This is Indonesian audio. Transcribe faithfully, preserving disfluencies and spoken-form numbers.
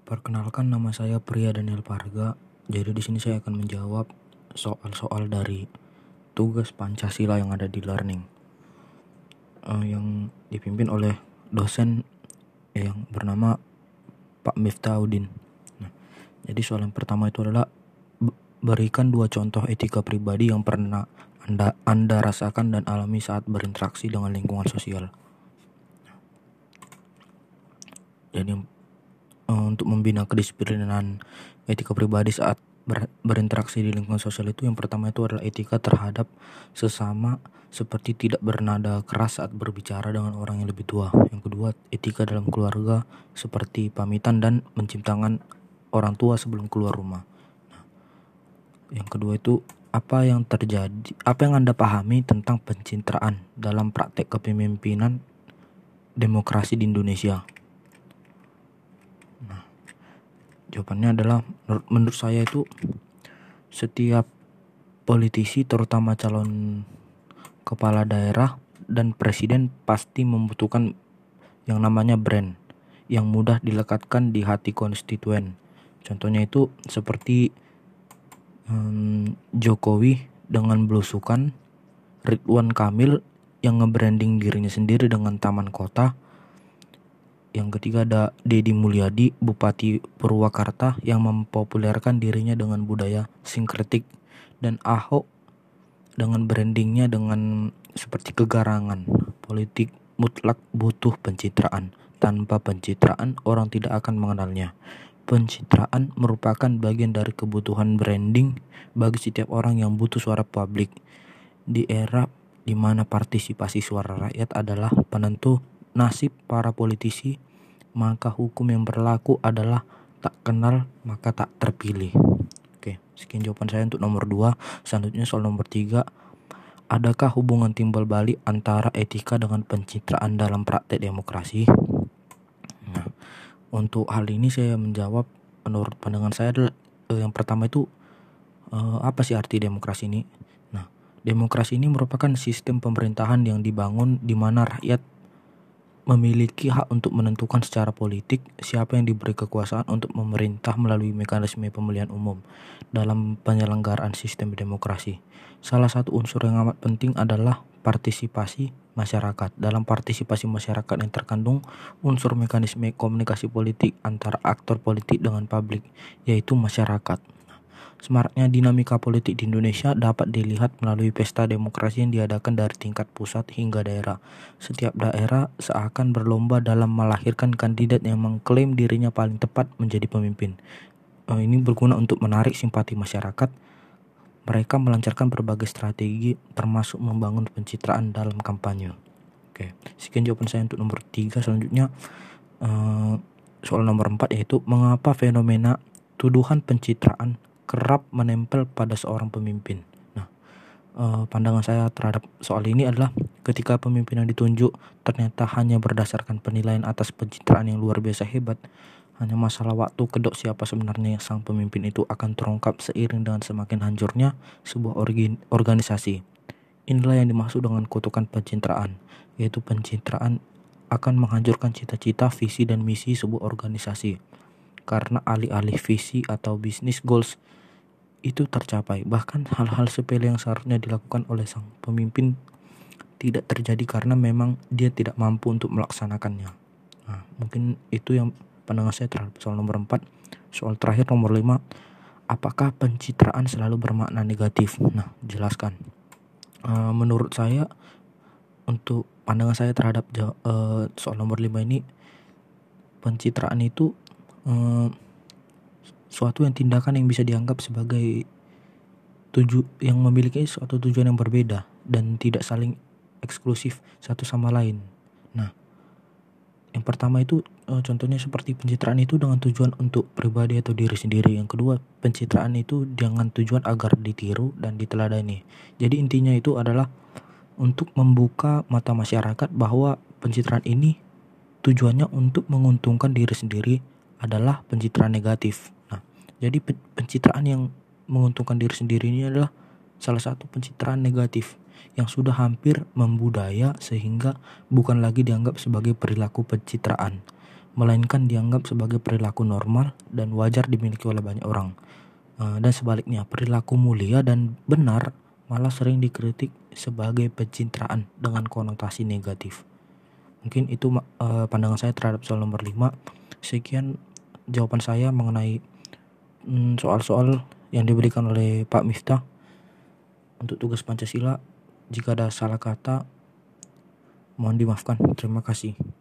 Perkenalkan, nama saya Pria Daniel Parga. Jadi di sini saya akan menjawab soal-soal dari tugas Pancasila yang ada di Learning, uh, yang dipimpin oleh dosen yang bernama Pak Miftahudin. Nah, jadi soal yang pertama itu adalah berikan dua contoh etika pribadi yang pernah anda anda rasakan dan alami saat berinteraksi dengan lingkungan sosial. Jadi uh, untuk membina kedisiplinan etika pribadi saat ber, berinteraksi di lingkungan sosial itu, yang pertama itu adalah etika terhadap sesama, seperti tidak bernada keras saat berbicara dengan orang yang lebih tua. Yang kedua, etika dalam keluarga seperti pamitan dan mencium tangan orang tua sebelum keluar rumah. Nah, yang kedua itu apa yang terjadi, apa yang Anda pahami tentang pencitraan dalam praktek kepemimpinan demokrasi di Indonesia? Nah, jawabannya adalah menurut, menurut saya itu setiap politisi, terutama calon kepala daerah dan presiden, pasti membutuhkan yang namanya brand yang mudah dilekatkan di hati konstituen. Contohnya itu seperti hmm, Jokowi dengan belusukan, Ridwan Kamil yang nge-branding dirinya sendiri dengan taman kota. Yang ketiga ada Deddy Mulyadi, Bupati Purwakarta, yang mempopulerkan dirinya dengan budaya sinkretik. Dan Ahok dengan brandingnya dengan seperti kegarangan. Politik mutlak butuh pencitraan. Tanpa pencitraan, orang tidak akan mengenalnya. Pencitraan merupakan bagian dari kebutuhan branding bagi setiap orang yang butuh suara publik. Di era di mana partisipasi suara rakyat adalah penentu nasib para politisi, maka hukum yang berlaku adalah tak kenal maka tak terpilih. Oke, sekian jawaban saya untuk nomor dua. Selanjutnya soal nomor tiga. Adakah hubungan timbal balik antara etika dengan pencitraan dalam praktek demokrasi? Nah, untuk hal ini saya menjawab menurut pandangan saya adalah eh, yang pertama itu eh, apa sih arti demokrasi ini? Nah, demokrasi ini merupakan sistem pemerintahan yang dibangun di mana rakyat memiliki hak untuk menentukan secara politik siapa yang diberi kekuasaan untuk memerintah melalui mekanisme pemilihan umum dalam penyelenggaraan sistem demokrasi. Salah satu unsur yang amat penting adalah partisipasi masyarakat. Dalam partisipasi masyarakat yang terkandung unsur mekanisme komunikasi politik antara aktor politik dengan publik, yaitu masyarakat. Semaraknya dinamika politik di Indonesia dapat dilihat melalui pesta demokrasi yang diadakan dari tingkat pusat hingga daerah. Setiap daerah seakan berlomba dalam melahirkan kandidat yang mengklaim dirinya paling tepat menjadi pemimpin. Ini berguna untuk menarik simpati masyarakat. Mereka melancarkan berbagai strategi termasuk membangun pencitraan dalam kampanye. Oke, sekian jawaban saya untuk nomor tiga. Selanjutnya soal nomor empat, yaitu mengapa fenomena tuduhan pencitraan kerap menempel pada seorang pemimpin. Nah, eh, pandangan saya terhadap soal ini adalah ketika pemimpin yang ditunjuk ternyata hanya berdasarkan penilaian atas pencitraan yang luar biasa hebat, hanya masalah waktu kedok siapa sebenarnya sang pemimpin itu akan terungkap seiring dengan semakin hancurnya sebuah orgi- organisasi. Inilah yang dimaksud dengan kutukan pencitraan, yaitu pencitraan akan menghancurkan cita-cita, visi, dan misi sebuah organisasi. Karena alih-alih visi atau business goals itu tercapai, bahkan hal-hal sepele yang seharusnya dilakukan oleh sang pemimpin tidak terjadi karena memang dia tidak mampu untuk melaksanakannya. Nah, mungkin itu yang pandangan saya terhadap soal nomor empat. Soal terakhir nomor lima, apakah pencitraan selalu bermakna negatif? Nah, jelaskan. Uh, menurut saya, untuk pandangan saya terhadap uh, soal nomor lima ini, pencitraan itu uh, suatu yang tindakan yang bisa dianggap sebagai tuju yang memiliki suatu tujuan yang berbeda dan tidak saling eksklusif satu sama lain. Nah, yang pertama itu e, contohnya seperti pencitraan itu dengan tujuan untuk pribadi atau diri sendiri. Yang kedua, pencitraan itu dengan tujuan agar ditiru dan diteladani. Jadi intinya itu adalah untuk membuka mata masyarakat bahwa pencitraan ini tujuannya untuk menguntungkan diri sendiri adalah pencitraan negatif. Nah, jadi pencitraan yang menguntungkan diri sendiri ini adalah salah satu pencitraan negatif yang sudah hampir membudaya sehingga bukan lagi dianggap sebagai perilaku pencitraan. melainkan dianggap sebagai perilaku normal dan wajar dimiliki oleh banyak orang. Uh, dan sebaliknya, perilaku mulia dan benar malah sering dikritik sebagai pencitraan dengan konotasi negatif. Mungkin itu uh, pandangan saya terhadap soal nomor lima. Sekian jawaban saya mengenai mm, soal-soal yang diberikan oleh Pak Miftah untuk tugas Pancasila. Jika ada salah kata, mohon dimaafkan. Terima kasih.